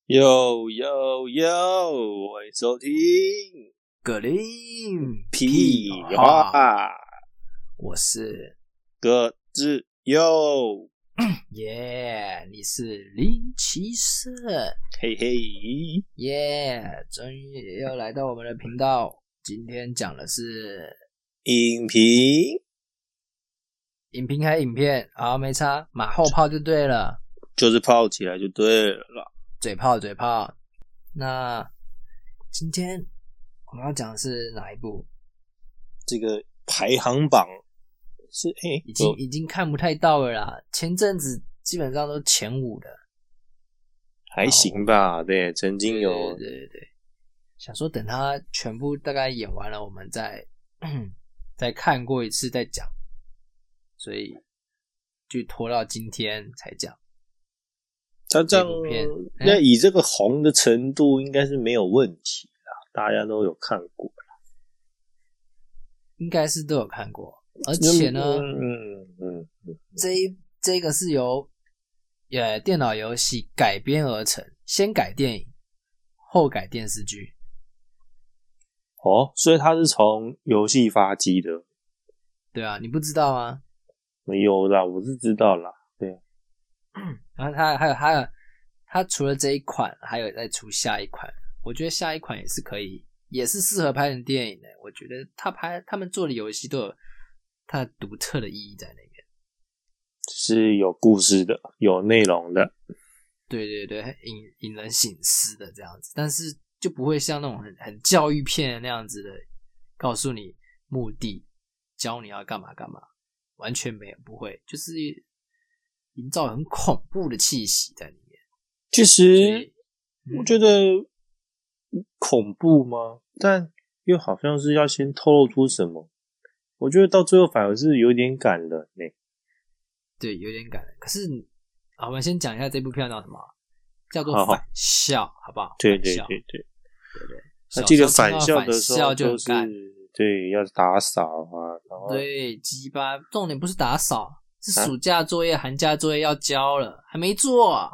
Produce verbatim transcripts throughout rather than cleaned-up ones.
哟哟哟，欢迎收听格林屁话， 我是葛志佑， 耶， yeah, 你是林奇胜， 嘿嘿， 耶，终于又来到我们的频道。今天讲的是影评， 影评还影片，好，没差，马后炮就对了， 就是泡起来就对了啦。 嘴炮嘴炮。那今天我们要讲的是哪一部？ 这个排行榜是诶， 已经已经看不太到了啦。前阵子基本上都前五的， 还行吧？对，曾经有， 对对对对，想说等他全部大概演完了，我们再再看过一次再讲，所以就拖到今天才讲。 他这样，那以这个红的程度，应该是没有问题啦，大家都有看过啦， 应该是都有看过，而且呢， 嗯嗯嗯，嗯这一这个是由呃电脑游戏改编而成，先改电影，后改电视剧。 哦，所以他是从游戏发迹的。 对啊，你不知道吗？ 没有啦，我是知道啦。对。 然后他还有还有他除了这一款，还有再出下一款。我觉得下一款也是可以，也是适合拍成电影的。我觉得他拍他们做的游戏都有它的独特的意义在那边， 是有故事的，有内容的。 对对对，引引人省思的这样子，但是就不会像那种很很教育片的那样子的，告诉你目的，教你要干嘛干嘛，完全没有，不会，就是营造很恐怖的气息在里面。 其实我觉得恐怖吗？但又好像是要先透露出什么，我觉得到最后反而是有点感人欸。 对，有点感人。可是好，我们先讲一下这部片叫什么，叫做返校， 好, 好不好？ 对对对对对对。 那记得返校的时候就是对要打扫啊，然后对鸡巴，重点不是打扫，是暑假作业、啊、寒假作业要交了，还没做、啊。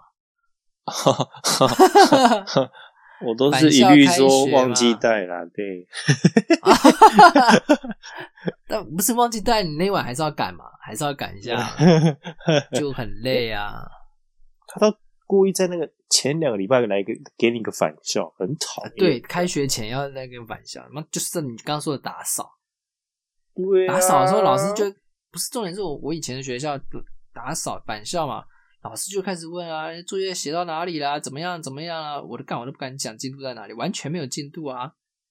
我都是一律说忘记带啦，对。 但不是忘记带，你那晚还是要赶嘛，还是要赶一下，就很累啊。 他都故意在那个前两个礼拜来一个给你一个返校，很讨厌。 对，开学前要那个返校，那就是你刚刚说的打扫。 对啊， 打扫的时候老师就不是重点，是我我以前的学校打扫返校嘛。老师就开始问啊，作业写到哪里啦？怎么样？怎么样啊？我都干，我都不敢讲进度在哪里，完全没有进度啊！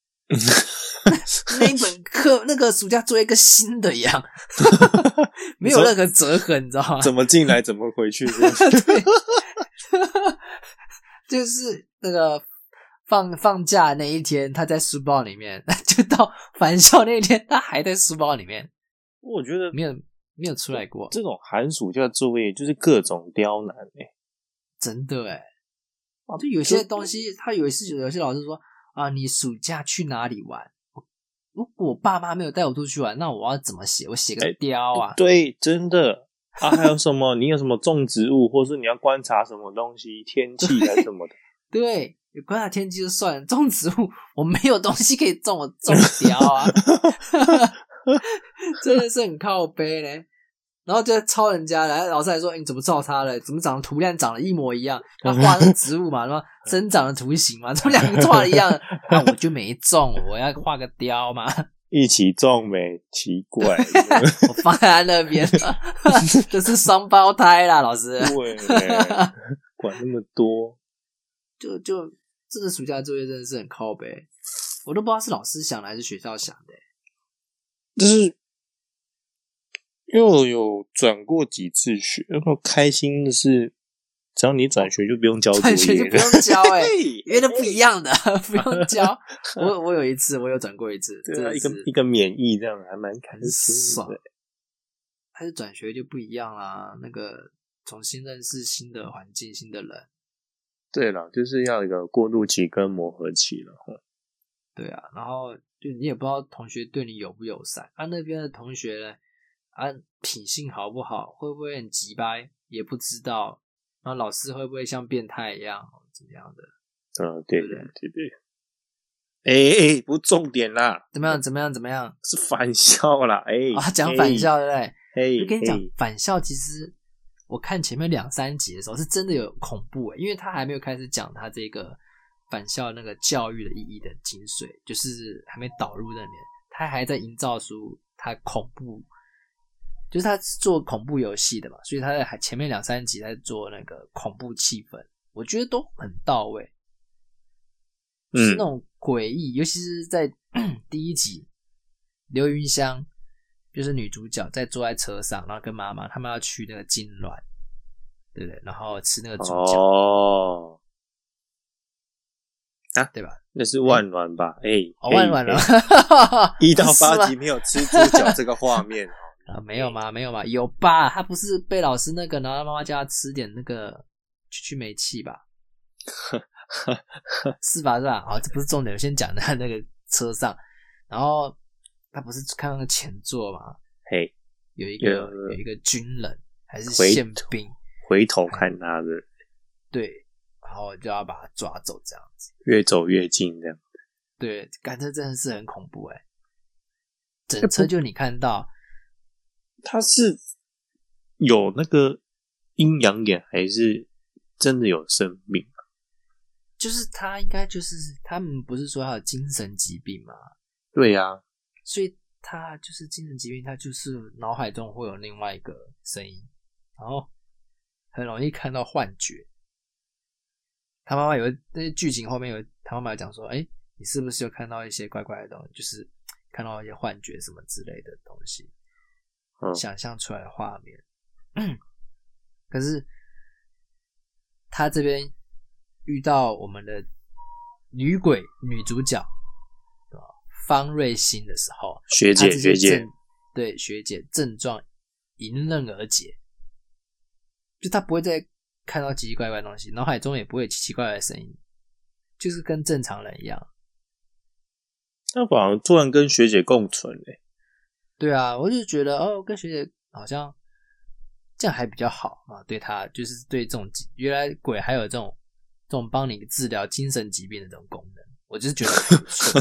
那一本课那个暑假作业跟新的一样，没有任何折痕，你知道吗？ 怎么进来怎么回去？ 对，就是那个放放假那一天，他在书包里面，就到返校那一天，他还在书包里面。 我觉得没有。没有出来过这种寒暑假作业，就是各种刁难欸， 真的欸。就有些东西，他有些有些老师说啊，你暑假去哪里玩？如果我爸妈没有带我出去玩，那我要怎么写？我写个雕啊？ 欸、对，真的啊，还有什么？你有什么种植物，或是你要观察什么东西，天气还是什么的？ 对，有观察天气就算了，种植物我没有东西可以种，我种雕啊。真的是很靠背呢，然后就抄人家来，老师还说、欸、你怎么照他了？怎么长得图样长得一模一样？他画那个植物嘛，然后生长的图形嘛，这两个画的一样，那、啊、我就没种，我要画个雕嘛， 一起种没奇怪， 我放在那边，这是双胞胎啦，老师。 对，管那么多， 就就这个暑假作业真的是很靠背，我都不知道是老师想的还是学校想的。 就是因为我有转过几次学，然后开心的是，只要你转学就不用交作业， 转学就不用交哎、欸，因为那不一样的，不用交。我我有一次，我有转过一次， 对啊，一个一个免疫这样，还蛮开心的。 但是转学就不一样啦，那个重新认识新的环境、新的人。 对啦，就是要一个过渡期跟磨合期了。 对啊，然后就你也不知道同学对你友不友善，啊那边的同学呢，啊品性好不好，会不会很急掰，也不知道，然后老师会不会像变态一样， 怎么样的。 嗯，对对对对。哎哎、欸，不是重点啦， 怎么样？怎么样？怎么样？ 是返校啦，哎、欸， 啊，讲返校对不对？ 哎， 我跟你讲，返校其实我看前面两三集的时候是真的有恐怖诶，因为他还没有开始讲他这个返校那个教育的意义的精髓，就是还没导入那里面，他还在营造出他恐怖，就是他是做恐怖游戏的嘛，所以他在前面两三集在做那个恐怖气氛，我觉得都很到位。就是那种诡异，尤其是在第一集，刘云香就是女主角在坐在车上，然后跟妈妈他们要去那个金銮，对不对？然后吃那个猪脚， 哦， 啊，对吧？ 那是万銮吧？哎、欸， 哦，万銮了， 一到八集没有吃猪脚这个画面啊，没有吗？没有吗？有吧？他不是被老师那个，然后妈妈叫他吃点那个去去煤气吧？是吧？是吧？好，这不是重点，我先讲他那个车上，然后他不是看那个前座嘛？ 嘿， 有一个有一个军人还是宪兵， 回头看他的， 对，然后就要把他抓走，这样子， 越走越近，这样。 对，感觉真的是很恐怖哎！整车就你看到， 他是有那个阴阳眼，还是真的有生命？ 就是他应该就是他们不是说他有精神疾病吗？ 对呀、啊， 所以他就是精神疾病，他就是脑海中会有另外一个声音，然后很容易看到幻觉。他妈妈有那些剧情后面有他妈妈讲说，哎，你是不是有看到一些怪怪的东西？就是看到一些幻觉什么之类的东西，嗯、想象出来的画面。可是他这边遇到我们的女鬼女主角方瑞欣的时候， 学姐学姐， 对学姐症状迎刃而解，就她不会再看到奇奇怪怪的东西，脑海中也不会有奇奇怪怪的声音，就是跟正常人一样。 那反而突然跟学姐共存嘞。 对啊，我就觉得哦，跟学姐好像这样还比较好嘛，对她就是对这种原来鬼还有这种这种帮你治疗精神疾病的这种功能。我就是觉得还不错，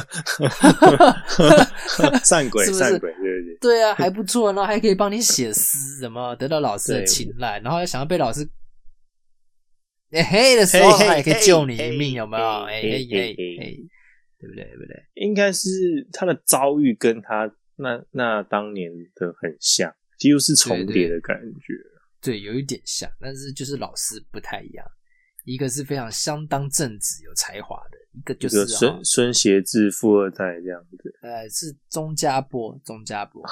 善鬼， 是不是善鬼，对对对， 对啊，还不错，然后还可以帮你写诗，什么得到老师的青睐，然后想要被老师哎嘿的时候，他也可以救你一命，有没有？哎嘿嘿嘿，对不对？对不对？ 应该是他的遭遇跟他那那当年的很像，几乎是重叠的感觉。 对，对，有一点像，但是就是老师不太一样。一个是非常相当正直有才华的，一个就是孙孙协志富二代这样子。 呃，是钟家波，钟家波。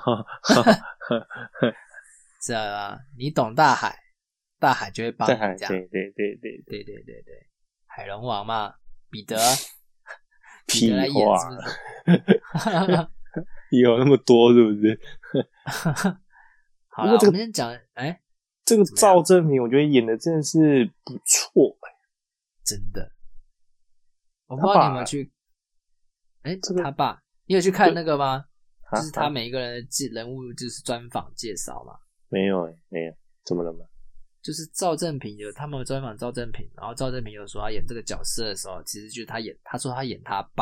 是啊，你懂大海，大海就会帮你这样。 对对对对对对对对，海龙王嘛，彼得， 屁话， 彼得来演是不是？ 有那么多是不是？ 好了，我们先讲，哎。 这个赵正平我觉得演的真的是不错、欸、 真的。我不知道你有没有去哎、欸这个，他爸你有去看那个吗？就是他每一个人的人物就是专访介绍嘛。 没有哎、欸，没有，怎么了吗？ 就是赵正平有他们有专访赵正平，然后赵正平有说他演这个角色的时候，其实就是他演，他说他演他爸。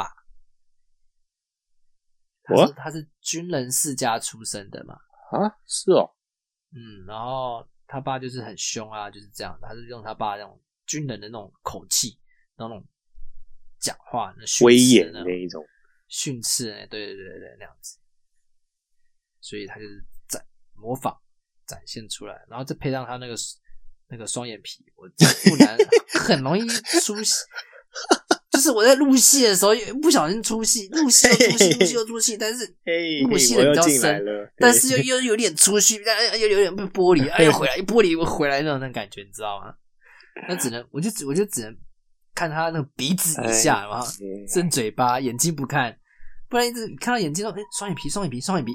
他说他是军人世家出身的嘛。 啊，是哦。 嗯，然后他爸就是很凶啊，就是这样，他是用他爸那种军人的那种口气，那种讲话，那威严那一种训斥，对对对对，那样子，所以他就是展模仿展现出来，然后再配上他那个那个双眼皮，我不然很容易出戏。就是我在录戏的时候不小心出戏，录戏又出戏，录戏又出戏，但是录戏的比较深，但是又又有点出戏，又有点被玻璃，哎，又回来，玻璃又回来那种那种感觉，你知道吗？那只能，我就只我就只能看他那个鼻子以下，然后伸嘴巴，眼睛不看，不然一直看到眼睛说，哎，双眼皮，双眼皮，双眼皮，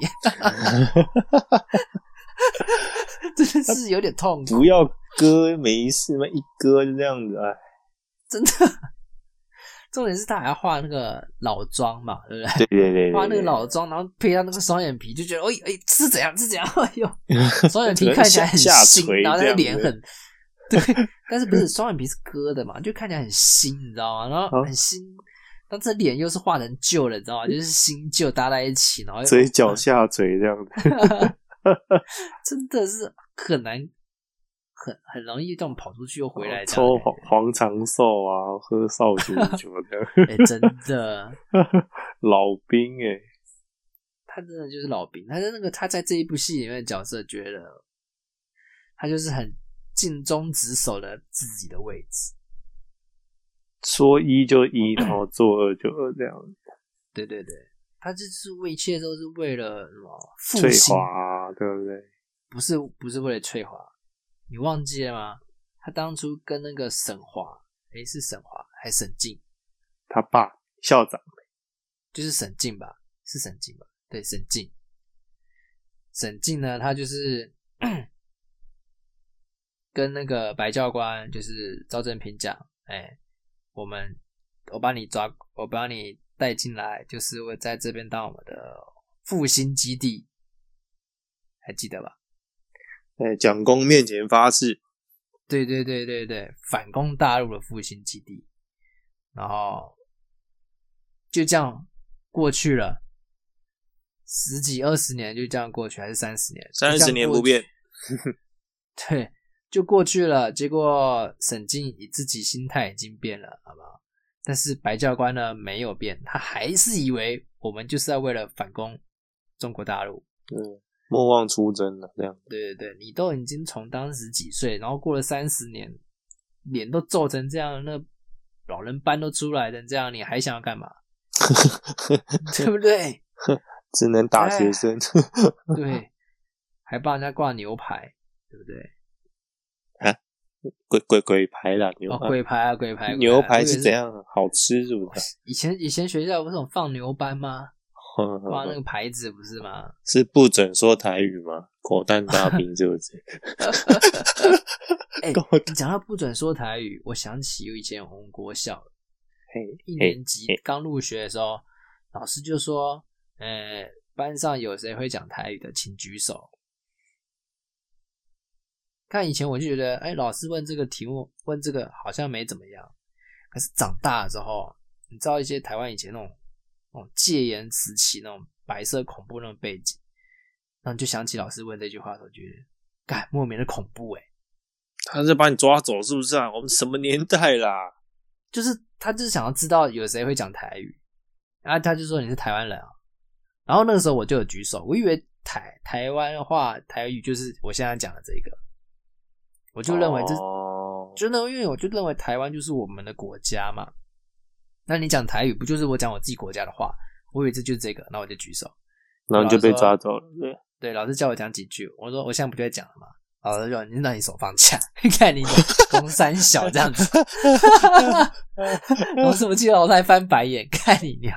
真的是有点痛苦。 不要割，没事嘛，一割就这样子，哎， 真的。重点是他还要画那个老妆嘛，对不对？ 对对 对, 对， 画那个老妆，然后配上那个双眼皮，就觉得，哎哎，是怎样是怎样？哎呦，双眼皮看起来很新，然后那个脸很对，但是不是双眼皮是割的嘛，就看起来很新，你知道吗？然后很新，但这脸又是画成旧了，你知道吗？就是新旧搭在一起，然后嘴角下垂这样子， 真的是很难，很很容易这种跑出去又回来这样， 抽黄黄长寿啊，喝少酒什么的， 哎、欸，真的老兵哎、欸， 他真的就是老兵，他的那个他在这一部戏里面的角色，觉得他就是很尽忠职守的自己的位置， 说一就一，然后做二就二这样子。 对对对，他就是为一切都是为了什么复翠兴华啊，对不对？ 不是不是为了翠华，你忘记了吗？他当初跟那个沈华，诶，是沈华还是沈静？ 他爸校长就是沈静吧，是沈静吧？对，沈静。沈静呢，他就是跟那个白教官，就是赵正平讲，哎，我们我把你抓，我把你带进来，就是我在这边当我们的复兴基地，还记得吧？ 在蒋公面前发誓， 对对对对对，反攻大陆的复兴基地，然后就这样过去了，十几二十年就这样过去，还是三十年？ 三十年不变。 对，就过去了。结果沈静自己心态已经变了，好不好？但是白教官呢没有变，他还是以为我们就是要为了反攻中国大陆。 嗯。莫忘初衷了，这样。 对对对，你都已经从当时几岁，然后过了三十年，脸都皱成这样，那老人斑都出来的这样，你还想要干嘛？对不对？ 只能打学生。 对，还帮人家挂牛排，对不对？ 啊，鬼鬼鬼牌啦，牛排、 哦、鬼牌啊，鬼牌， 牛排是怎样？好吃是不是？ 以前以前学校不是有放牛班吗？挂那个牌子不是吗？ 是不准说台语吗？口蛋大兵是不是？ 哎、欸，你讲到不准说台语，我想起有以前我们国小，一年级刚入学的时候，老师就说：“呃，班上有谁会讲台语的，请举手。”看以前我就觉得，哎、欸，老师问这个题目，问这个好像没怎么样。可是长大了之后，你知道一些台湾以前那种。那种戒严时期那种白色恐怖那种背景，然后就想起老师问这句话的时候，觉得干莫名的恐怖诶、欸、 他是把你抓走是不是啊？我们什么年代啦？ 就是他就是想要知道有谁会讲台语，然后他就说你是台湾人啊，然后那个时候我就有举手，我以为台台湾话台语就是我现在讲的这个，我就认为这、哦、就认为因为我就认为台湾就是我们的国家嘛。那你讲台语不就是我讲我自己国家的话？我以为这就是这个，那我就举手， 然后你就被抓走了。对对，老师叫我讲几句，我说我现在不就在讲了吗？老师就说你让你手放下，看你公三小这样子。老师我记得老师还翻白眼，看你娘，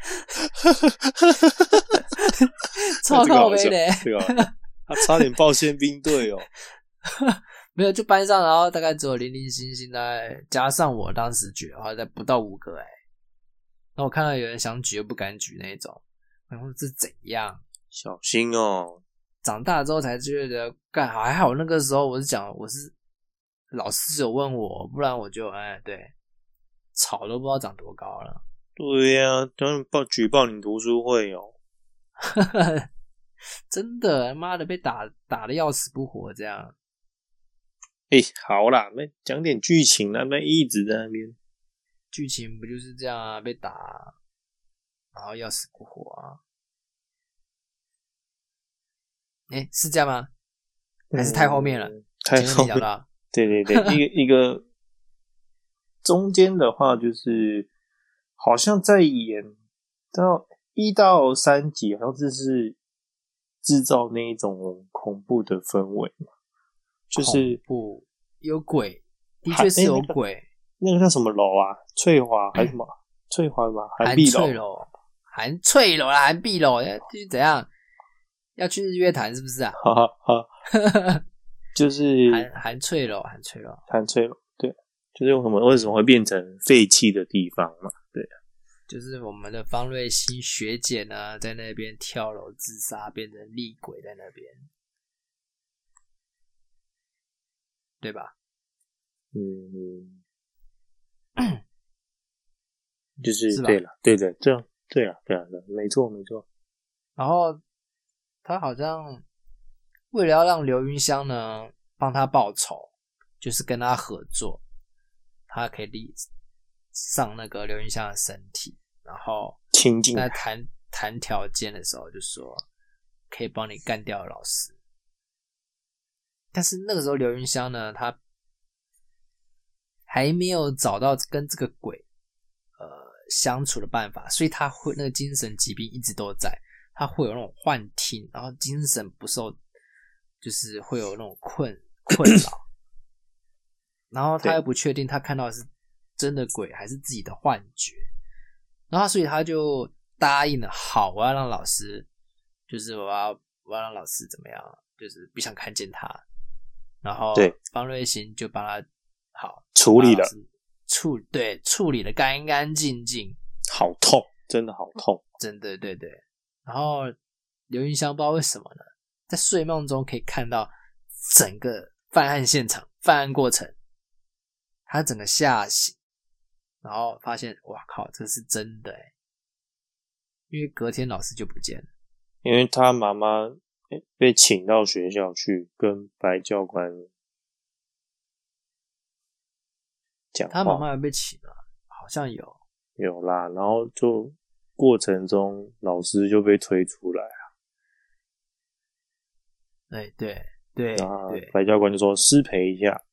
超靠北的、欸， 对吧？他差点报宪兵队哦。 没有，就班上，然后大概只有零零星星的，加上我当时举的话，再不到五个哎、欸。那我看到有人想举又不敢举那一种，然后这怎样？ 小心哦！ 长大之后才觉得，干还好那个时候我是讲我是老师有问我，不然我就哎对，草都不知道长多高了。 对呀、啊，当然报举报你读书会哦。 真的，妈的被打打得要死不活这样。 哎、欸，好啦，那讲点剧情啦，那一直在那边。 剧情不就是这样啊？被打，然后要死不活啊？哎、欸，是这样吗？还是太后面了？嗯、 太后面了。对对对，一个一个中间的话，就是好像在演到一到三集，好像就是制造那一种恐怖的氛围嘛。就是恐怖有鬼，的确是有鬼、欸那個。那个叫什么楼啊？翠华还是什么？嗯、翠华吗？ 韩碧楼？韩翠楼啦，韩碧楼，就是怎样？要去日月潭是不是啊？ 哈哈哈，就是韩韩翠楼，韩翠楼， 韩翠楼，对，就是为什么为什么会变成废弃的地方嘛？对， 就是我们的方瑞欣学姐呢，在那边跳楼自杀，变成厉鬼在那边。对吧？ 嗯，就是是吧对了，对的，这样对了，对了，没错没错。 然后他好像为了要让刘云香呢帮他报仇，就是跟他合作，他可以立上那个刘云香的身体，然后亲近在谈谈条件的时候就说可以帮你干掉老师。但是那个时候刘云香呢，他还没有找到跟这个鬼呃相处的办法，所以他会那个精神疾病一直都在，他会有那种幻听，然后精神不受，就是会有那种困困扰，然后他又不确定他看到的是真的鬼还是自己的幻觉，然后所以他就答应了，好，我要让老师，就是我要我要让老师怎么样，就是不想看见他，然后方瑞欣就帮他好处理了， 处对处理的干干净净， 好痛，真的好痛， 真的对对。然后刘云香不知道为什么呢，在睡梦中可以看到整个犯案现场、犯案过程，他整个吓醒，然后发现哇靠，这是真的耶，因为隔天老师就不见了， 因为他妈妈被请到学校去跟白教官讲话。 他妈妈有被请了，好像有有啦，然后就过程中老师就被推出来啊。 对对对对， 白教官就说失陪一下。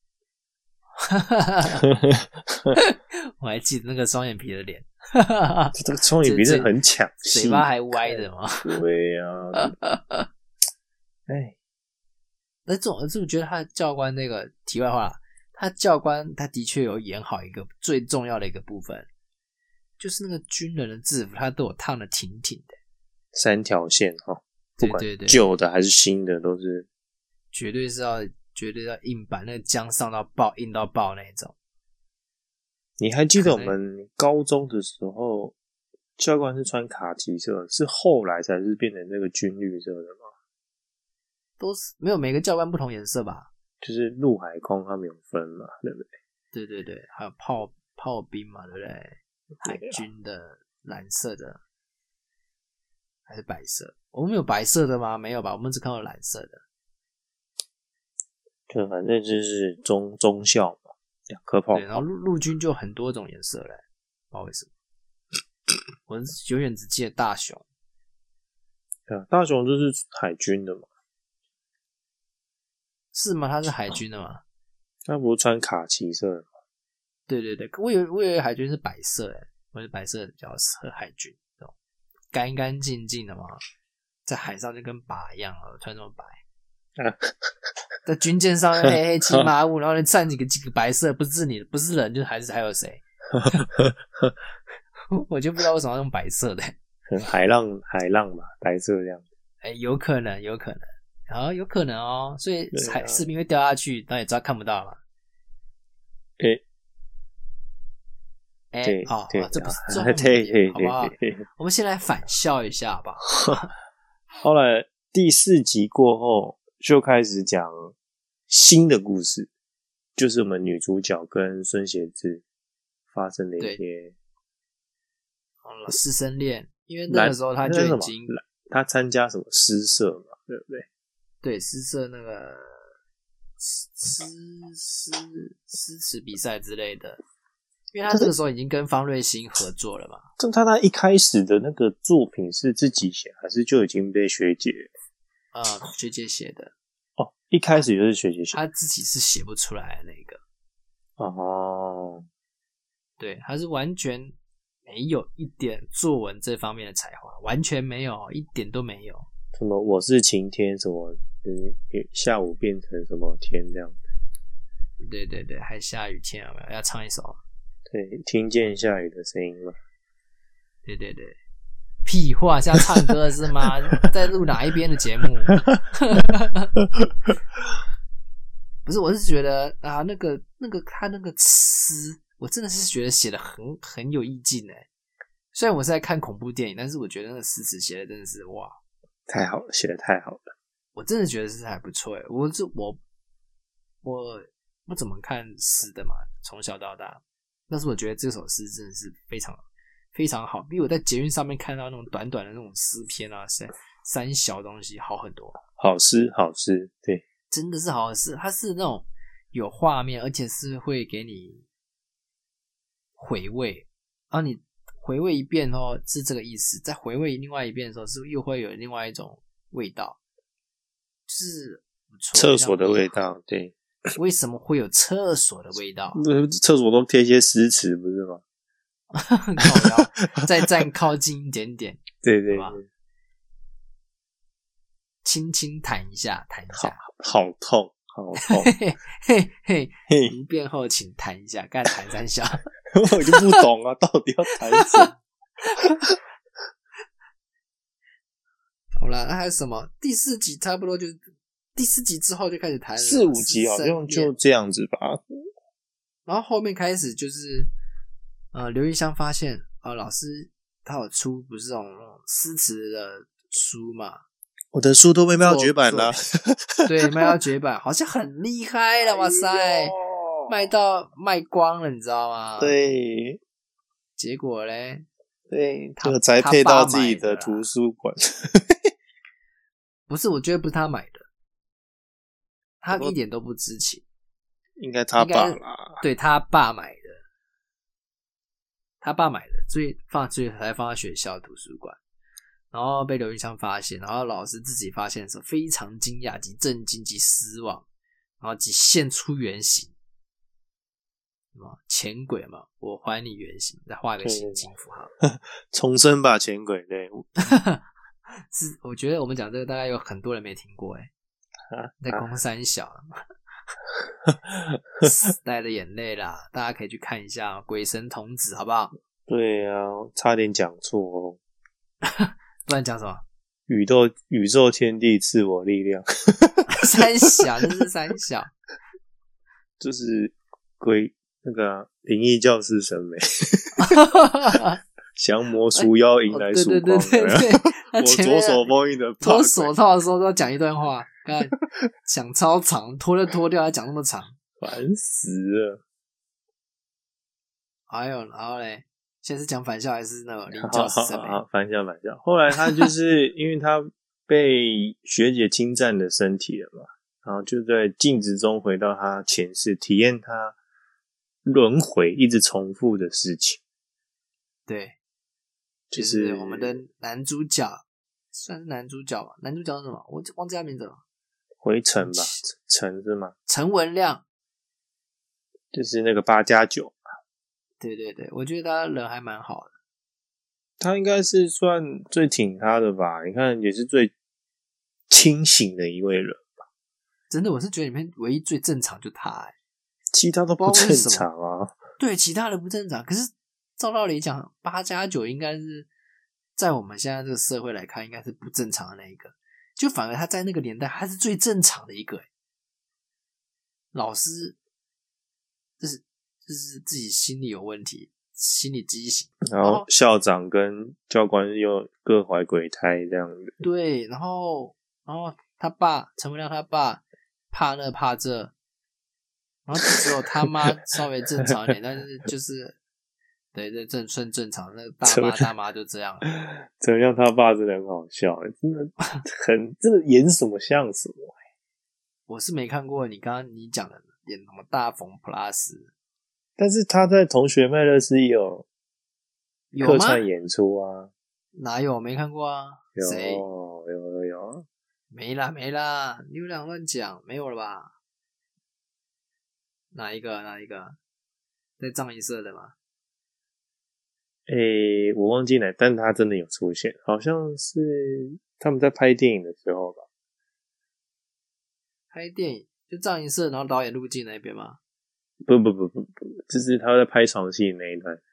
我还记得那个双眼皮的脸， 这个双眼皮是很抢戏， 嘴巴还歪的嘛。 对啊。哎， 那这种，是不是觉得他的教官那个题外话，他教官他的确有演好一个最重要的一个部分，就是那个军人的制服，他都有烫的挺挺的， 三条线哈，不管对对对， 旧的还是新的都是， 绝对是要绝对要硬板，那个浆上到爆，硬到爆那种。 你还记得我们高中的时候，教官是穿卡其色，是后来才是变成那个军绿色的吗？ 都是没有，每个教官不同颜色吧？ 就是陆海空他们有分嘛，对不对？ 对对对，还有炮炮兵嘛，对不对？海军的蓝色的还是白色？我们有白色的吗？没有吧？我们只看到蓝色的。 就反正就是中中校嘛，两颗炮。 对，然后陆陆军就很多种颜色嘞，不知道为什么。我永远只记得大雄。 对啊，大雄就是海军的嘛。 是吗？他是海军的吗？ 他不是穿卡其色的吗？ 对对对，我以为我以为海军是白色诶，我是白色比较适合海军，这种干干净净的嘛，在海上就跟靶一样了，穿这么白。在军舰上黑黑漆麻乌，然后站几个几个白色，不是你，不是人，就还是还有谁？我就不知道为什么要用白色的。 海浪海浪嘛，白色这样。 哎、欸，有可能，有可能，然后有可能哦，所以海士兵会掉下去，当然也知道看不到嘛。 哎、欸。 哎、 欸， 哦， 对， 这不是重点， 好不好？我们先来反笑一下吧。 后来第四集过后，就开始讲新的故事，就是我们女主角跟孙协志发生的一些他参加什么诗社嘛，对不对？ 对，诗社那个诗诗诗词比赛之类的。因为他这个时候已经跟方瑞欣合作了嘛。 这他他一开始的那个作品是自己写，还是就已经被学姐？ 呃，学姐写的。 哦，一开始就是学姐写， 他自己是写不出来的那个。 哦， 对，他是完全没有一点作文这方面的才华，完全没有，一点都没有。 什么我是晴天，什么嗯，下午变成什么天这样。 对对对，还下雨天有没有？要唱一首。 对，听见下雨的声音嘛。 对对对，屁话，是要唱歌是吗？在录哪一边的节目？不是，我是觉得啊，那个那个他那个词，我真的是觉得写的很很有意境诶。虽然我是在看恐怖电影，但是我觉得那个诗词写的真的是哇， 太好了，写的太好了。 我真的觉得是还不错诶。我是我我不怎么看诗的嘛，从小到大。但是我觉得这首诗真的是非常非常好，比我在捷运上面看到那种短短的那种诗篇啊，三三小东西好很多。 好诗，好诗，对， 真的是好诗，它是那种有画面，而且是会给你回味，然后你回味一遍哦，是这个意思，再回味另外一遍的时候，是又会有另外一种味道，就是不错， 厕所的味道，对。 为什么会有厕所的味道？ 厕所都贴一些诗词，不是吗？ 靠腰，再站靠近一点点， 对对对， 轻轻弹一下，弹一下， 好, 好痛，好痛， 嘿嘿嘿嘿，一遍后请弹一下，干弹三下， 我就不懂啊，到底要弹什么？ 好啦，那还有什么？第四集差不多就是第四集之后就开始弹了， 四五集好像就这样子吧。 然后后面开始就是呃，刘玉香发现啊、呃，老师他有出不是这种诗词的书嘛？ 我的书都被卖到绝版了， 对，卖到绝版，好像很厉害了，哇塞，哎、卖到卖光了，你知道吗？ 对， 结果嘞， 对，就宅配到自己的图书馆。 不是，我觉得不是他买的，他一点都不知情。 应该他爸啦， 对，他爸买的，他爸买的，所以放所以才放在学校图书馆，然后被刘玉香发现，然后老师自己发现的时候非常惊讶及震惊及失望，然后即现出原形，什么前轨嘛，我还你原形，再画一个心经符号， 重生吧前轨，对， 是我觉得我们讲这个大概有很多人没听过诶，在公三小。时代的眼泪啦，大家可以去看一下《鬼神童子》，好不好？ 对啊，差点讲错哦。 不然讲什么？ 宇宙宇宙天地赐我力量。 三小，这是三小， 就是鬼那个灵异教师审美。降魔除妖，迎来曙光。对对对对对，我左手封印的脱手套的时候都要讲一段话，看讲超长，脱就脱掉，还讲那么长， 烦死了。 还有，然后嘞，现在是讲返校还是那个灵异教师审美？ 好好好，返校返校。后来他就是因为他被学姐侵占了身体了嘛，然后就在镜子中回到他前世，体验他轮回一直重复的事情。对。 就是、就是我们的男主角，算是男主角吧？男主角是什么？我忘记他名字了。 回程吧，陈是吗？ 陈文亮， 就是那个八加九。 对对对，我觉得他人还蛮好的。 他应该是算最挺他的吧？你看，也是最清醒的一位人吧。 真的，我是觉得里面唯一最正常就他、欸， 其他都不正常啊。 对，其他的不正常，可是。照道理讲，八加九应该是在我们现在这个社会来看，应该是不正常的那一个。就反而他在那个年代，他是最正常的一个。老师，这是这是自己心里有问题，心理畸形。 然后校长跟教官又各怀鬼胎这样子。 对，然后然后他爸陈文亮他爸怕那怕这，然后只有他妈稍微正常一点，但是就是。对，这正算正常，那大妈大妈就这样。 陈文亮他爸真的很好笑，真的很真的演什么像什么。 我是没看过你刚刚你讲的演什么大冯 plus， 但是他在同学麦乐斯也有客串演出啊。 哪有？没看过啊？ 有谁？ 有有有。 没啦没啦，你们俩乱讲，没有了吧？哪一个？哪一个？在藏一社的吗？ 诶，我忘记了，但他真的有出现，好像是他们在拍电影的时候吧。 拍电影就藏一社，然后导演入境那边吗？ 不不不不不，就是他在拍床戏那一段。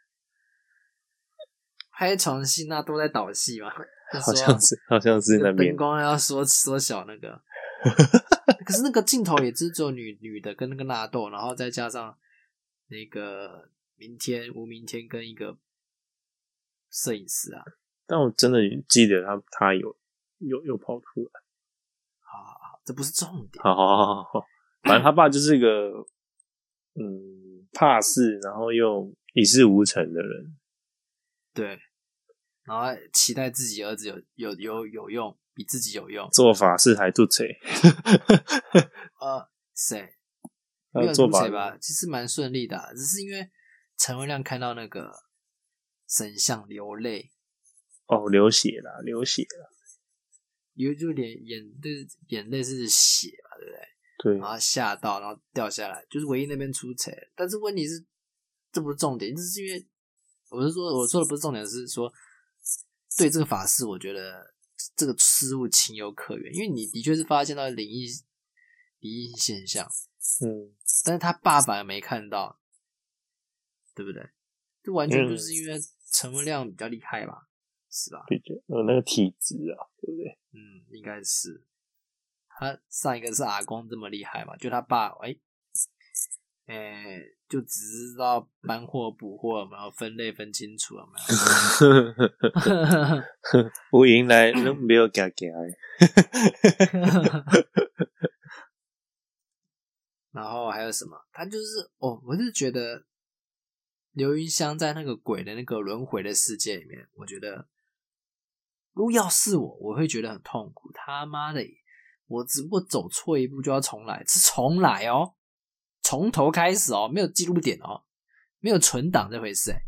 拍床戏那都在导戏嘛？ 好像是，好像是那边灯光要缩缩小那个。可是那个镜头也只有女女的跟那个纳豆，然后再加上那个明天吴明天跟一个。摄影师啊， 但我真的记得他他有有有跑出来。 好好好，这不是重点。 好好好好，反正他爸就是个嗯怕事，然后又一事无成的人。 对，然后期待自己儿子有有有有用，比自己有用， 做法事还吐槽。 呃，谁？没有吐槽吧？其实蛮顺利的、啊，只是因为陈文亮看到那个神像流泪。 哦，流血啦，流血啦， 因为就脸眼对眼泪是血嘛，对不对？ 对， 然后吓到，然后掉下来，就是唯一那边出彩。但是问题是，这不是重点，就是因为我是说，我说的不是重点，是说对这个法事，我觉得这个失误情有可原，因为你的确是发现到灵异灵异现象， 嗯， 但是他爸反而没看到，对不对？这完全就是因为陈文亮比较厉害嘛。是吧？ 对对，有那个体质啊，对不对？ 嗯，应该是。他上一个是阿公这么厉害嘛？就他爸，哎、欸，哎、欸，就只知道搬货补货，有没有分类分清楚有没有？我迎来都没有夹夹。 然后还有什么？他就是哦，我是觉得刘云香在那个鬼的那个轮回的世界里面，我觉得。如果要是我，我会觉得很痛苦。他妈的，我只不过走错一步就要重来，是重来哦，从头开始哦，没有记录点哦，没有存档这回事哎。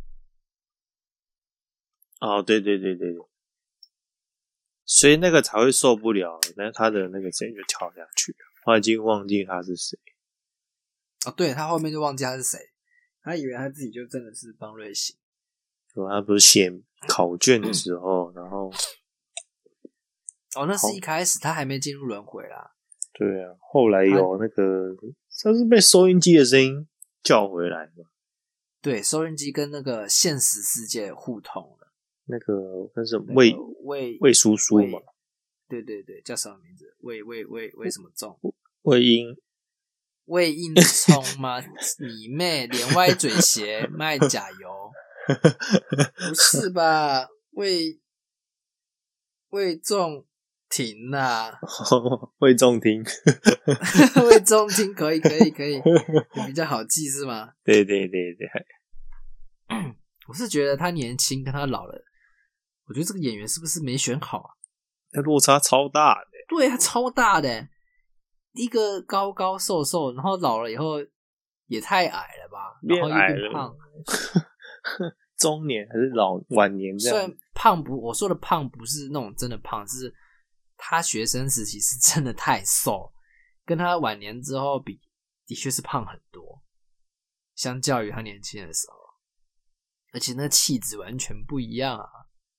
哦，对对对对对，所以那个才会受不了，那他的那个谁就跳下去了，他已经忘记他是谁。 哦，对，他后面就忘记他是谁，他以为他自己就真的是方瑞行。 他不是写考卷的时候，然后哦，那是一开始他还没进入轮回啦。 对啊，后来有那个他是被收音机的声音叫回来嘛？ 对，收音机跟那个现实世界互通了。 那个那是魏、那个、魏魏叔叔嘛？ 对对对，叫什么名字？魏魏魏魏什么仲？ 魏英。 魏应聪吗？你妹，脸歪嘴斜，卖假油。不是吧？魏魏仲廷啊， 魏仲廷， 魏仲廷可以可以可以，比较好记是吗？ 对对对对， 我是觉得他年轻跟他老了，我觉得这个演员是不是没选好啊？ 那落差超大的， 对啊，超大的，一个高高瘦瘦，然后老了以后也太矮了吧，然后又变胖。 中年还是老晚年这样？ 虽然胖不，我说的胖不是那种真的胖，是他学生时期是真的太瘦，跟他晚年之后比，的确是胖很多，相较于他年轻的时候，而且那气质完全不一样啊。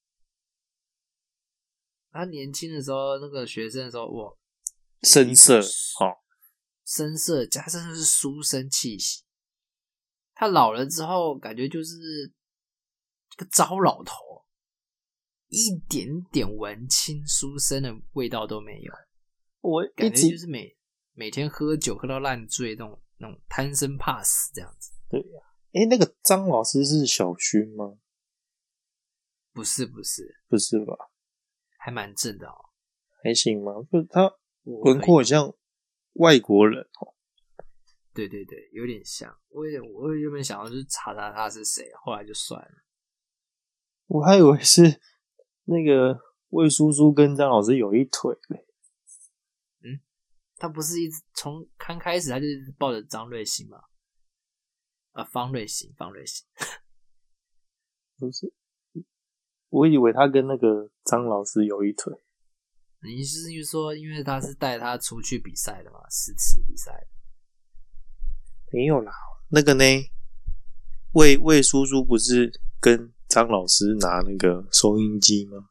他年轻的时候，那个学生的时候，哇， 深色哦， 深色加上就是书生气息。他老了之后，感觉就是个糟老头，一点点文青书生的味道都没有。 我感觉就是每每天喝酒喝到烂醉，那种那种贪生怕死这样子。 对呀、啊，诶，那个张老师是小薰吗？ 不是不是不是吧？ 还蛮正的哦。 还行吗？就他轮廓很像外国人哦。 对对对，有点像。我也我原本想要就是查查他是谁，后来就算了。 我还以为是那个魏叔叔跟张老师有一腿嘞。 嗯，他不是一直从刚开始他就一直抱着张瑞兴吗？啊，方瑞兴，方瑞兴。 不是，我以为他跟那个张老师有一腿。 你是因为说，因为他是带他出去比赛的嘛，诗词比赛。 没有啦，那个呢，魏魏叔叔不是跟张老师拿那个收音机吗？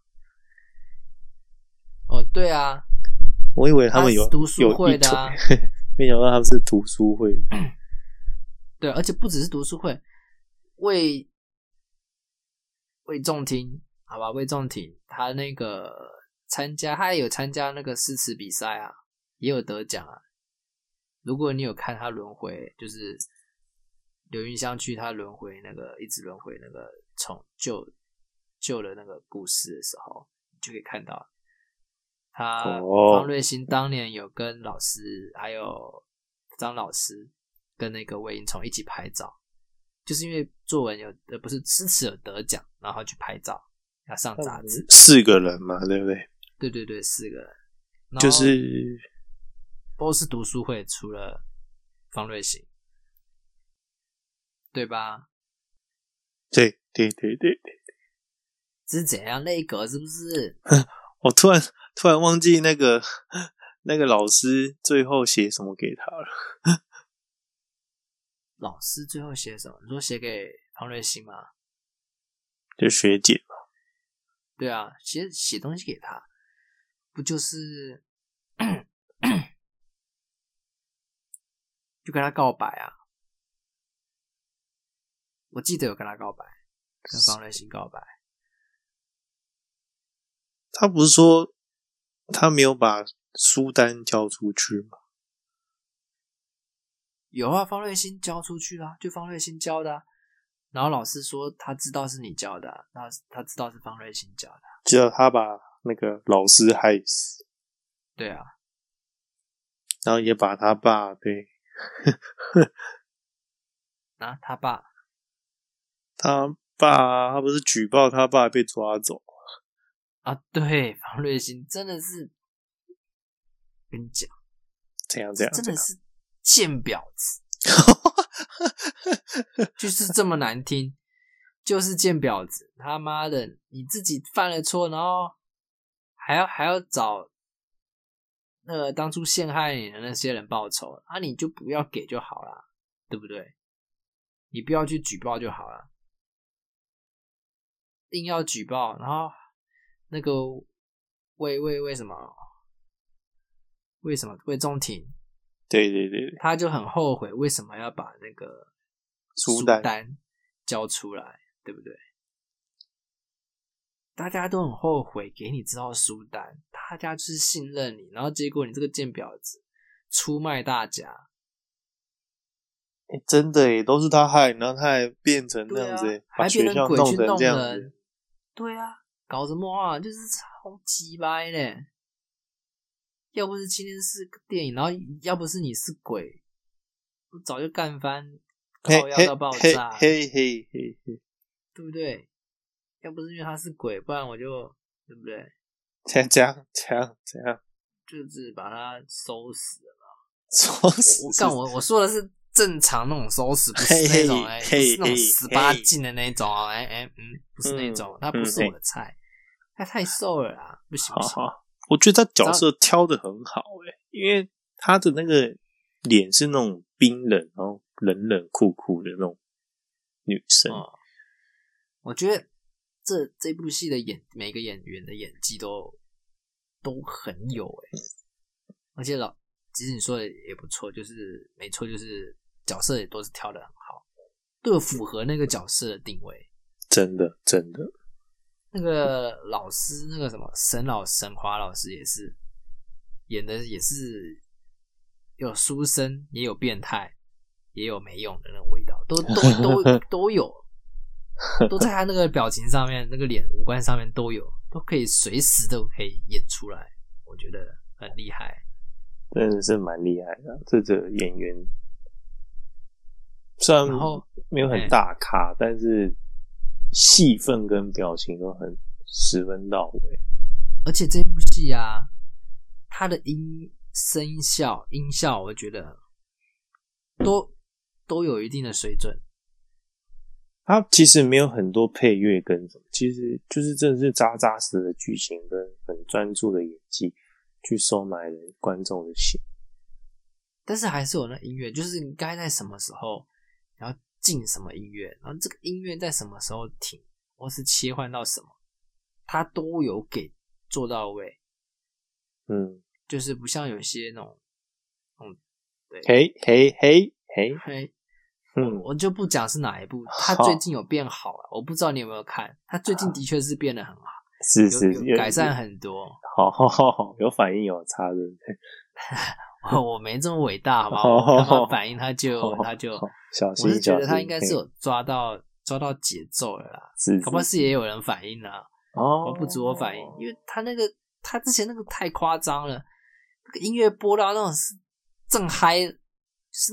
哦，对啊， 我以为他们有读书会的啊， 没想到他们是读书会。 对，而且不只是读书会，魏魏仲廷，好吧，魏仲廷他那个参加，他也有参加那个诗词比赛啊，也有得奖啊。如果你有看他轮回，就是刘云香去他轮回那个一直轮回那个从救救的那个故事的时候，你就可以看到他方瑞兴当年有跟老师还有张老师跟那个魏应充一起拍照，就是因为作文有呃不是诗词有得奖，然后去拍照，要上杂志， 四个人嘛，对不对？ 对对对，四个人， 就是都是读书会，除了方瑞行，对吧？ 对对对对对， 这是怎样内阁是不是？ 我突然突然忘记那个那个老师最后写什么给他了。 老师最后写什么？你说写给方瑞欣吗？ 就学姐嘛。 对啊，写写东西给他，不就是就跟他告白啊？我记得有跟他告白，跟方瑞欣告白。 他不是说他没有把书单交出去吗？ 有啊，方瑞欣交出去啊，就方瑞欣交的啊。然后老师说他知道是你交的啊，他他知道是方瑞欣交的啊。 只要他把那个老师害死。 对啊。 然后也把他爸对啊，他爸， 他爸他不是举报他爸被抓走啊？对，方瑞欣真的是跟你讲， 这样这样， 真的是贱婊子，就是这么难听，就是贱婊子。他妈的，你自己犯了错，然后还要还要找那个当初陷害你的那些人报仇，啊，你就不要给就好了，对不对？你不要去举报就好了，硬要举报，然后那个为为为什么为什么魏仲廷？ 对对对对， 他就很后悔为什么要把那个书单交出来，对不对？大家都很后悔给你这套书单，大家就是信任你，然后结果你这个贱婊子出卖大家。 欸、真的耶，都是他害，然后他还变成那样子耶， 啊、还变成鬼去弄人。 对啊，搞什么啊？就是超鸡掰嘞！要不是今天是个电影，然后要不是你是鬼，我早就干翻，靠腰到爆炸， 嘿嘿嘿嘿， 对不对？要不是因为他是鬼，不然我就对不对？ 这样这样这样这样， 就是把他收死了嘛。 收死！ 我干我我说的是正常那种收死，不是那种哎、欸，不是那种十八禁的那种哦，哎哎嗯，不是那种，他不是我的菜，他太瘦了啦，不行不行。 好好，我觉得他角色挑得很好哎、欸，因为他的那个脸是那种冰冷，然后冷冷酷酷的那种女生。 哦、我觉得这这部戏的演每个演员的演技都都很有哎、欸，而且老其实你说的也不错，就是没错，就是角色也都是挑得很好，都有符合那个角色的定位。 真的真的。 那个老师，那个什么沈老沈华老师也是演的，也是有书生，也有变态，也有没用的那种味道，都都都都有，都在他那个表情上面，那个脸五官上面都有，都可以随时都可以演出来，我觉得很厉害， 真的是蛮厉害的。这个演员虽然没有很大咖，欸、但是戏份跟表情都很十分到位， 而且这部戏啊，它的音声效、音效，我觉得都都有一定的水准。 它其实没有很多配乐跟什么，其实就是真的是扎扎实的剧情跟很专注的演技去收买了观众的心。 但是还是有那音乐，就是你该在什么时候你要进什么音乐，然后这个音乐在什么时候停，或是切换到什么，它都有给做到位。 嗯， 就是不像有些那种，嗯，对， 嘿嘿嘿嘿嘿， 嗯， 我就不讲是哪一部，它最近有变好了，我不知道你有没有看，它最近的确是变得很好， 是是有有改善很多， 好好好，有反应有差，对不对？ 我没这么伟大，好吗？我看他反应，他就他就， 小心， 我是觉得他应该是有抓到抓到节奏了啦， 是， 搞不好是也有人反应啦， 哦， 不止我反应，因为他那个他之前那个太夸张了，那个音乐播到那种是正嗨，就是那个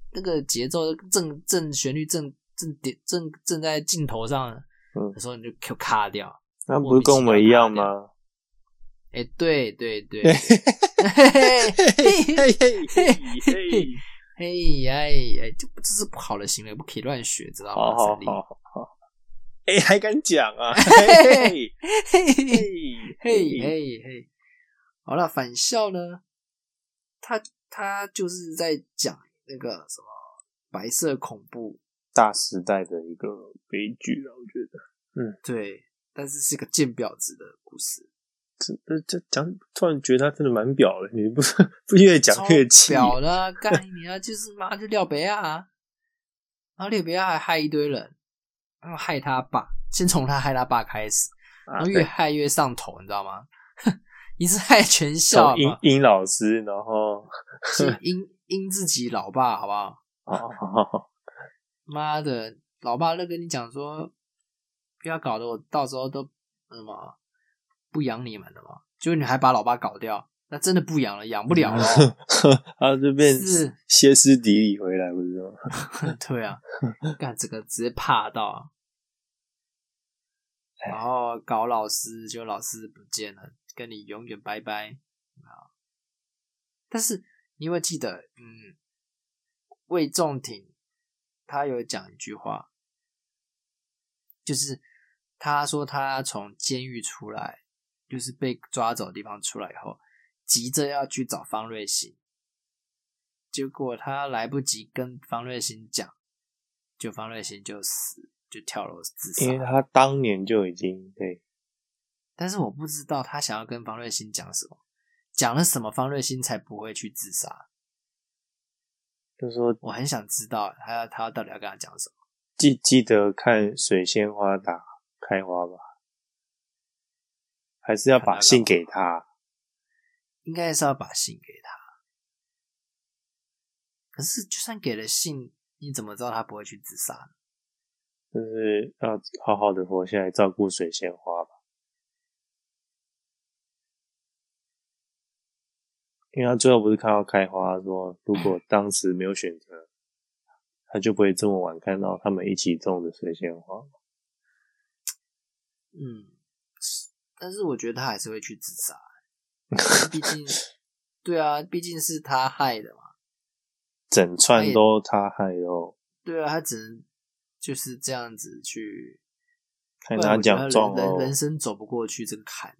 那个节奏正正旋律正正点正正在镜头上的时候，你就 Q 卡掉。 那不是跟我们一样吗？ 哎、欸，对对对， 嘿嘿嘿嘿嘿嘿。 哎哎哎，这不这是不好的行为，不可以乱学，知道吗？ 好好好好好，哎、欸，还敢讲啊？嘿嘿嘿嘿嘿嘿，好了，返校呢，他他就是在讲那个什么白色恐怖大时代的一个悲剧了，我觉得，嗯， 对，但是是个贱婊子的故事。 这这讲，突然觉得他真的蛮婊的，你不是不越讲越气？ 婊的、啊，干你啊！就是妈就廖北亚啊，然后廖北亚还害一堆人，然后害他爸，先从他害他爸开始，然后越害越上头，你知道吗？一次害全校， 阴阴老师，然后先阴阴自己老爸，好不好？ 哦， 妈的，老爸都跟你讲说，不要搞得我到时候都什么。不养你们了嘛？结果你还把老爸搞掉，那真的不养了，养不了了、哦。 他就变歇斯底里回来，不是吗？ 对啊，干这个直接怕到、啊，然后搞老师，就老师不见了，跟你永远拜拜啊！但是你有没有记得，嗯，魏仲廷他有讲一句话，就是他说他从监狱出来。就是被抓走的地方出来以后，急着要去找方瑞欣，结果他来不及跟方瑞欣讲，就方瑞欣就死，就跳楼自杀。 因为他当年就已经对， 但是我不知道他想要跟方瑞欣讲什么，讲了什么方瑞欣才不会去自杀。 就是说， 我很想知道他他到底要跟他讲什么。 记记得看水仙花打开花吧。还是要把信给他， 应该是要把信给他。可是，就算给了信，你怎么知道他不会去自杀呢？ 就是要好好的活下来，照顾水仙花吧。因为他最后不是看到开花，说如果当时没有选择，他就不会这么晚看到他们一起种的水仙花。 嗯。但是我觉得他还是会去自杀，毕竟，对啊，毕竟是他害的嘛， 整串都他害的哦。 对啊，他只能就是这样子去看他奖状哦， 人, 人生走不过去这个坎，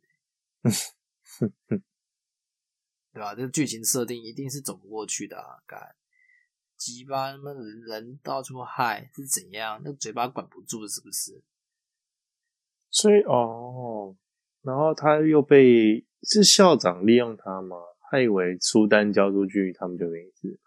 对吧、啊？这个剧情设定一定是走不过去的啊！干，鸡巴他妈人人到处害是怎样？那嘴巴管不住是不是？ 所以哦。然后他又被是校长利用他吗？他以为书单交出去，他们就没事。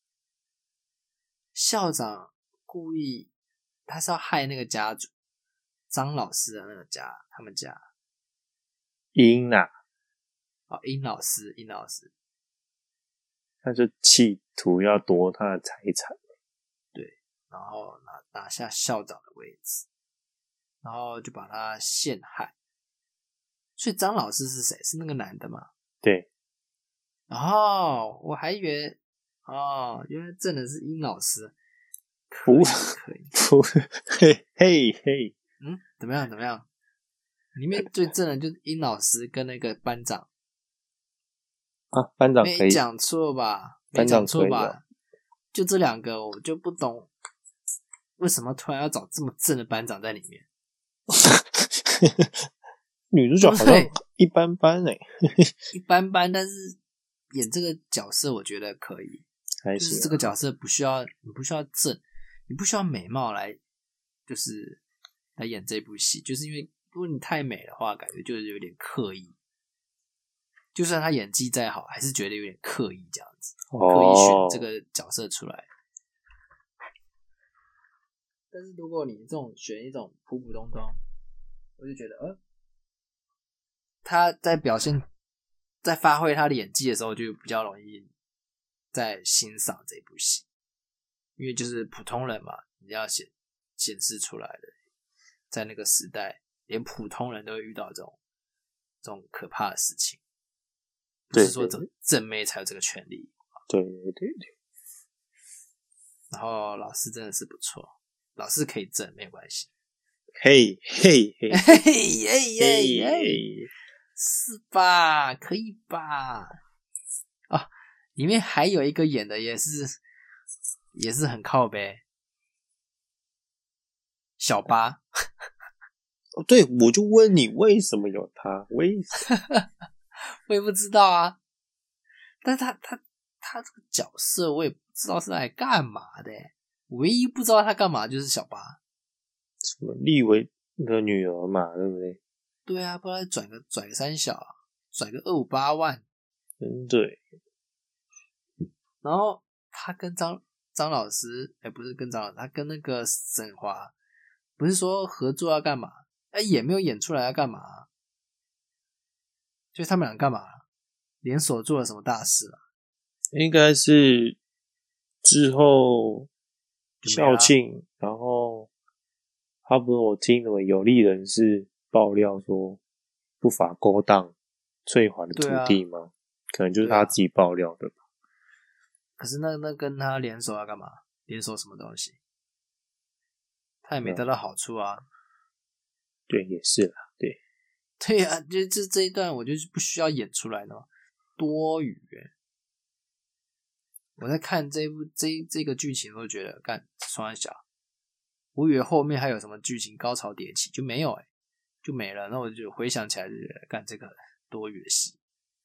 校长故意，他是要害那个家族，张老师的那个家，他们家。 殷啊， 哦，殷老师，殷老师， 他就企图要夺他的财产。 对，然后拿拿下校长的位置，然后就把他陷害。所以张老师是谁？是那个男的吗？ 对。 哦，我还以为哦，原来真的是殷老师。 可以，可以，不，嘿嘿嘿。 嗯，怎么样？怎么样？里面最正的就是殷老师跟那个班长。 啊，班长可以。 没讲错吧？没讲错吧？就这两个，我就不懂为什么突然要找这么正的班长在里面。 女主角好像一般般诶、欸， 一般般，但是演这个角色我觉得可以， 还行啊、 就是这个角色不需要，你不需要正，你不需要美貌来，就是来演这部戏，就是因为如果你太美的话，感觉就是有点刻意。就算他演技再好，还是觉得有点刻意这样子， 哦、 刻意选这个角色出来。但是如果你这种选一种普普通通，我就觉得，呃。他在表现，在发挥他的演技的时候，就比较容易在欣赏这部戏，因为就是普通人嘛，你要显显示出来的，在那个时代，连普通人都会遇到这种这种可怕的事情，不是说正正妹才有这个权利。 对对对对。 然后老师真的是不错，老师可以正没有关系。 嘿嘿嘿嘿嘿嘿嘿， 嘿， 是吧？可以吧？啊，里面还有一个演的也是也是很靠北，小八。 哦，对，我就问你为什么有他？为什么？ 我也不知道啊，但他他他这个角色我也不知道是来干嘛的，唯一不知道他干嘛就是小八。 什么立维的女儿嘛，对不对？ 对啊，不然转个转个三小，转个二五八万。 嗯，对。 然后他跟张张老师，哎，不是跟张老师，他跟那个沈华，不是说合作要干嘛？哎，也没有演出来要干嘛？就他们俩干嘛？联手做了什么大事啊？ 应该是之后校庆，然后他不是我听什么有利人士爆料说不法勾当翠华的土地吗？啊、可能就是他自己爆料的吧。 可是那那跟他联手要干嘛？联手什么东西？他也没得到好处啊。 对，也是啦，对。 对啊，就这这一段我就是不需要演出来的嘛，多余欸。我在看这部这这个剧情，我都觉得干双小，我以为后面还有什么剧情高潮迭起，就没有哎、欸，就没了。那我就回想起来，就觉得干这个多余的戏。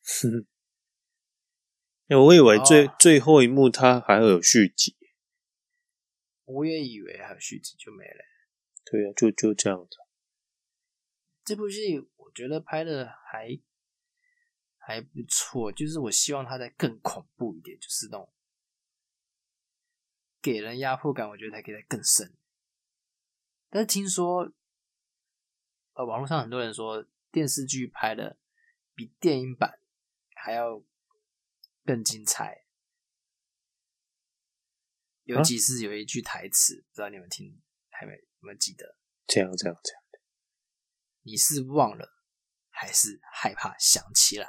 我以为最、哦、最后一幕他还会有续集， 我也以为还有续集就没了、欸。 对啊，就就这样子。 这部戏我觉得拍的还还不错，就是我希望它再更恐怖一点，就是那种给人压迫感，我觉得才可以再更深。但是听说，呃，网络上很多人说电视剧拍的比电影版还要更精彩，尤其是有一句台词，不知道你们听还没有没有记得？ 这样这样这样的， 你是忘了还是害怕想起来？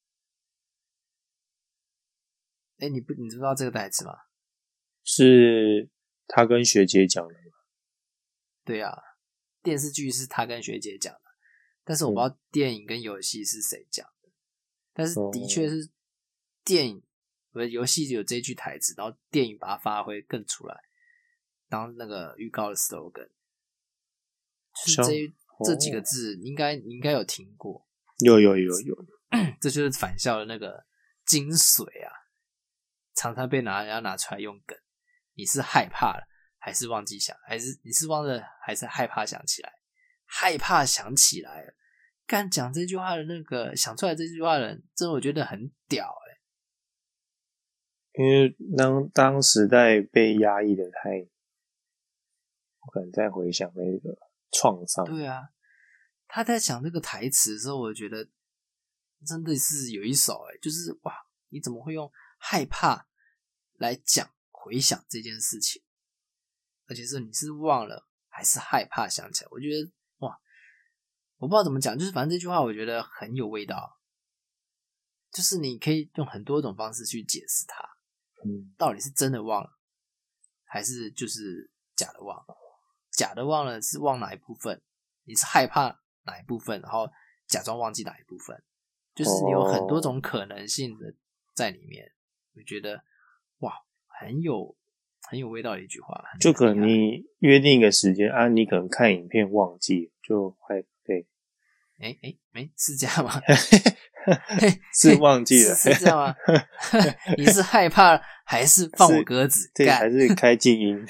哎、欸，你不你知道这个台词吗？ 是他跟学姐讲的吗？ 对啊，电视剧是他跟学姐讲的，但是我不知道电影跟游戏是谁讲的。嗯、但是的确是电影不是游戏有这句台词，然后电影把它发挥更出来，当那个预告的 slogan， 就是这这几个字，应该你应该有听过。 有有有有， 这就是返校的那个精髓啊，常常被拿人家拿出来用梗。你是害怕了，还是忘记想，还是你是忘了，还是害怕想起来？害怕想起来了，干讲这句话的那个想出来这句话的人，真的我觉得很屌哎、 欸。因为当当时代被压抑的太，我可能在回想那个创伤。 对啊，他在讲这个台词的时候，我觉得真的是有一手哎、欸，就是哇，你怎么会用害怕来讲回想这件事情？而且是你是忘了还是害怕想起来？我觉得哇，我不知道怎么讲，就是反正这句话我觉得很有味道，就是你可以用很多种方式去解释它， 嗯， 到底是真的忘了，还是就是假的忘了？假的忘了是忘哪一部分？你是害怕哪一部分，然后假装忘记哪一部分？就是你有很多种可能性的在里面，我觉得哇，很有。很有味道的一句话， 就可能你约定一个时间啊，你可能看影片忘记，就会对， 哎哎哎，是这样吗？ 是忘记了， 是, 是这样吗？你是害怕还是放我鸽子？ 对，还是开静音？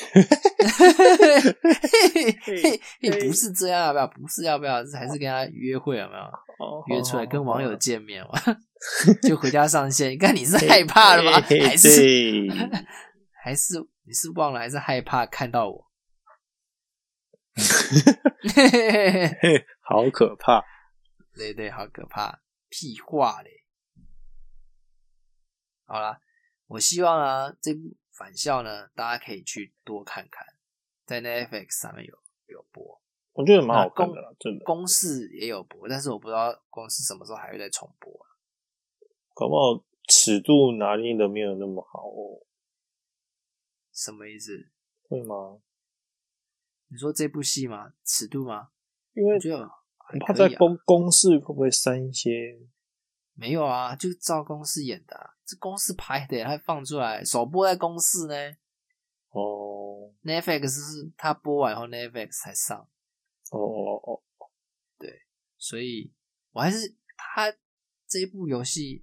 不是这样，要不要？不是要不要？还是跟他约会有没有？哦、约出来跟网友见面嘛？就回家上线，你看你是害怕了吗？还是还是你是忘了，还是害怕看到我？ 好可怕！ 对对，好可怕！屁话嘞！好啦，我希望呢，这部返校呢，大家可以去多看看，在 Netflix 上面有有播， 我觉得蛮好看的啦，真的。 公视也有播，但是我不知道公视什么时候还会再重播啊。 搞不好尺度拿捏的没有那么好哦。 什么意思？ 会吗？ 你说这部戏吗？尺度吗？ 因为我觉得我怕在公公视会不会删一些？ 没有啊，就照公视演的、啊，这公视拍的，还放出来首播在公视呢。 哦 ，Netflix 是他播完后 Netflix 才上。 哦哦哦， 对，所以我还是他这一部游戏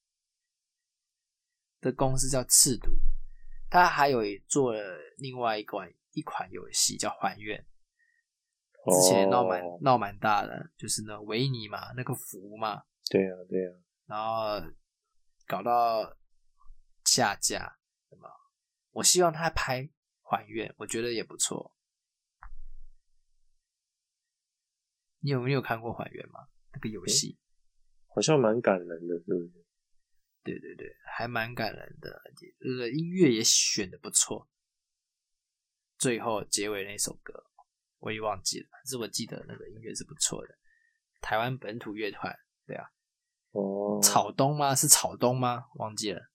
的公司叫赤毒，他还有做了另外一款一款游戏叫还愿。之前闹蛮闹蛮大的，就是那维尼嘛，那个符嘛， 对啊对啊， 然后搞到下架，对吗？我希望他拍还愿，我觉得也不错。你有没有看过还愿吗？那个游戏、嗯、 好像蛮感人的，是不是？ 对对对，还蛮感人的，呃，音乐也选的不错。最后结尾那首歌我也忘记了，可是我记得那个音乐是不错的，台湾本土乐团，对啊， 哦， 草东吗？是草东吗？忘记了。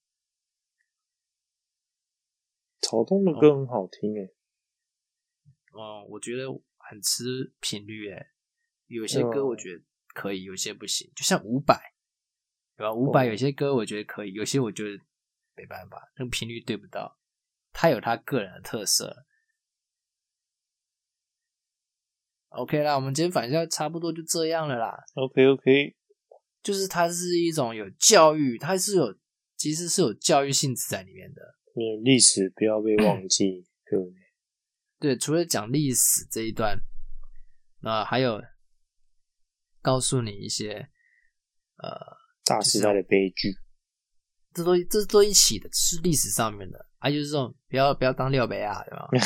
草东的歌很好听诶。 哦、嗯，我觉得很吃频率诶，有些歌我觉得可以，有些不行，就像伍佰，对吧？伍佰有些歌我觉得可以，有些我觉得没办法，那个频率对不到，他有他个人的特色。OK 啦，我们今天返校差不多就这样了啦。 OK OK， 就是它是一种有教育，它是有其实是有教育性质在里面的。 你历史不要被忘记，对不对？ 对，除了讲历史这一段，那还有告诉你一些呃大时代的悲剧， 这都这都一起的，是历史上面的，啊，就是这种不要不要当廖北啊，对吧？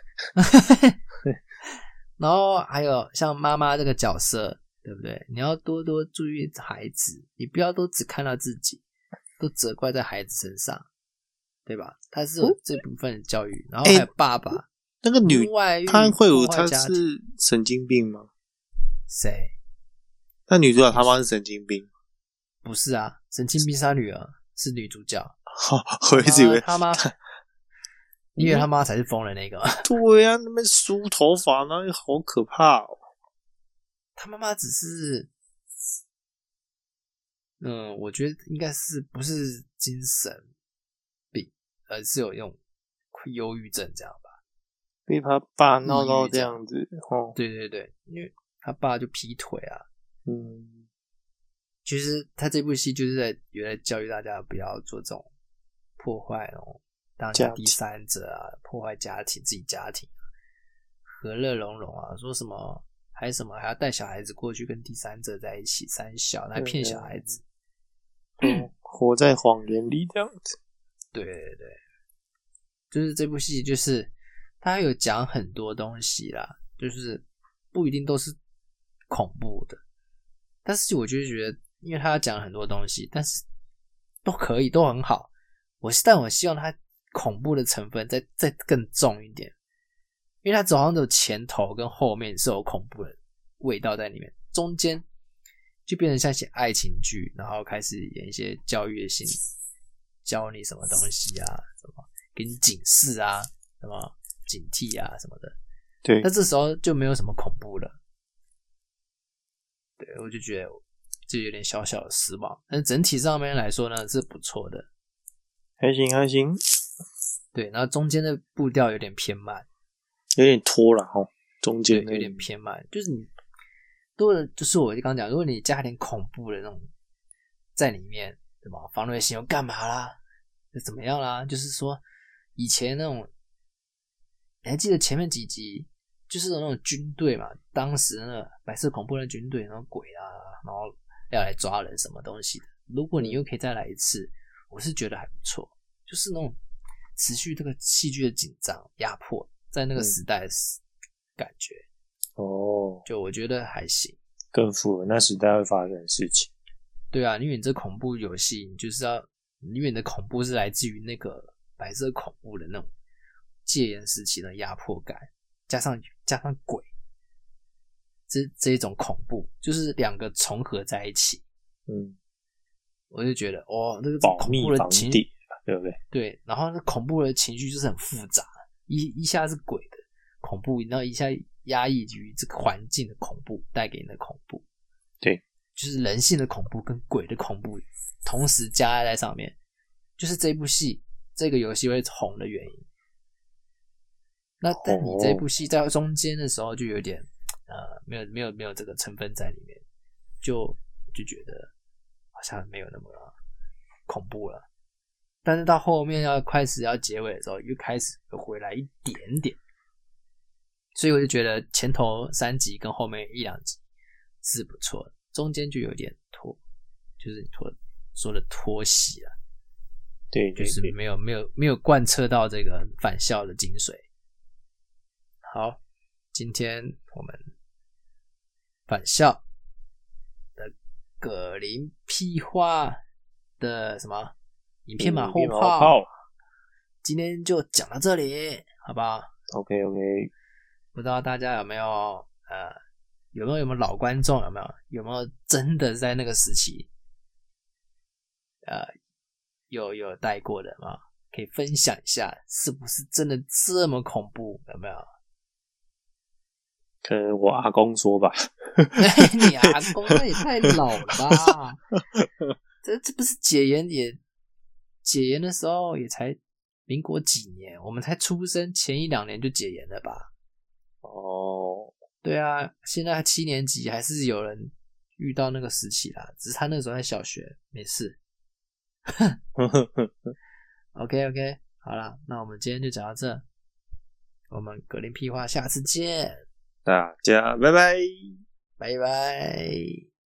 然后还有像妈妈这个角色，对不对？你要多多注意孩子，你不要都只看到自己，都责怪在孩子身上，对吧？他是有这部分的教育，然后还有爸爸，欸、 那个女潘慧茹，她是神经病吗？ 谁？ 那女主角他妈是神经病？ 不是啊，神经病是她女儿，是女主角。 好，我一直以为他妈。因为他妈才是疯人那个。 对啊，那边梳头发，那好可怕哦。 他妈妈只是，嗯，我觉得应该是不是精神病，而是有用忧郁症这样吧。 被他爸闹到这样子，哦， 对对对，因为他爸就劈腿啊。 嗯， 其实他这部戏就是在有在教育大家不要做这种破坏哦。当下第三者啊，破坏家庭，自己家庭和乐融融啊，说什么还什么还要带小孩子过去跟第三者在一起，三小来骗小孩子， 嗯，活在谎言里这样子。 对对对，就是这部戏，就是他有讲很多东西啦，就是不一定都是恐怖的，但是我就觉得，因为他讲很多东西，但是都可以，都很好。我但我希望他。恐怖的成分再再更重一点，因为它好像有前头跟后面是有恐怖的味道在里面，中间就变成像写爱情剧，然后开始演一些教育性，教你什么东西啊，什么给你警示啊，什么警惕啊什么的。 对， 但这时候就没有什么恐怖了。对，我就觉得就有点小小的失望，但是整体上面来说呢是不错的， 还行还行。 对，然后中间的步调有点偏慢， 有点拖了齁，中间有点偏慢，就是你多了，就是我刚刚讲，如果你加点恐怖的那种在里面，对吧？防卫性又干嘛啦？就怎么样啦？就是说以前那种，你还记得前面几集，就是那种军队嘛，当时那个白色恐怖的军队，然后鬼啊，然后要来抓人什么东西的。如果你又可以再来一次，我是觉得还不错，就是那种。持续这个戏剧的紧张压迫，在那个时代的感觉、 嗯、哦， 就我觉得还行， 更符合那时代会发生的事情。 对啊，因为你这恐怖游戏，你就是要，因为你的恐怖是来自于那个白色恐怖的那种戒严时期的压迫感，加上加上鬼，这这一种恐怖，就是两个重合在一起。 嗯， 我就觉得哦，那个保密防谍。 对不对？ 对，然后那恐怖的情绪就是很复杂，一一下是鬼的恐怖，然后一下压抑于这个环境的恐怖带给你的恐怖， 对， 就是人性的恐怖跟鬼的恐怖同时加在上面，就是这部戏这个游戏会红的原因。那但你这部戏在中间的时候就有点呃没有没有没有这个成分在里面，就就觉得好像没有那么恐怖了。但是到后面要开始要结尾的时候，又开始又回来一点点，所以我就觉得前头三集跟后面一两集是不错的，中间就有点拖，就是拖说的拖戏了， 对，对， 就是没有没有没有贯彻到这个返校的精髓。好，今天我们返校的葛林屁话的什么影片马后炮，今天就讲到这里，好不好 ？OK OK， 不知道大家有没有呃有没有有没有老观众有没有有没有真的在那个时期呃有有带过的吗？可以分享一下，是不是真的这么恐怖？有没有？ 可能我阿公说吧。 你阿公那也太老了吧？这这不是解严也解严的时候也才民国几年，我们才出生前一两年就解严了吧？ 哦，对啊，现在七年级还是有人遇到那个时期啦，只是他那时候在小学，没事。OK OK， 好啦，那我们今天就讲到这，我们格林屁话下次见， 大家拜拜， 拜拜。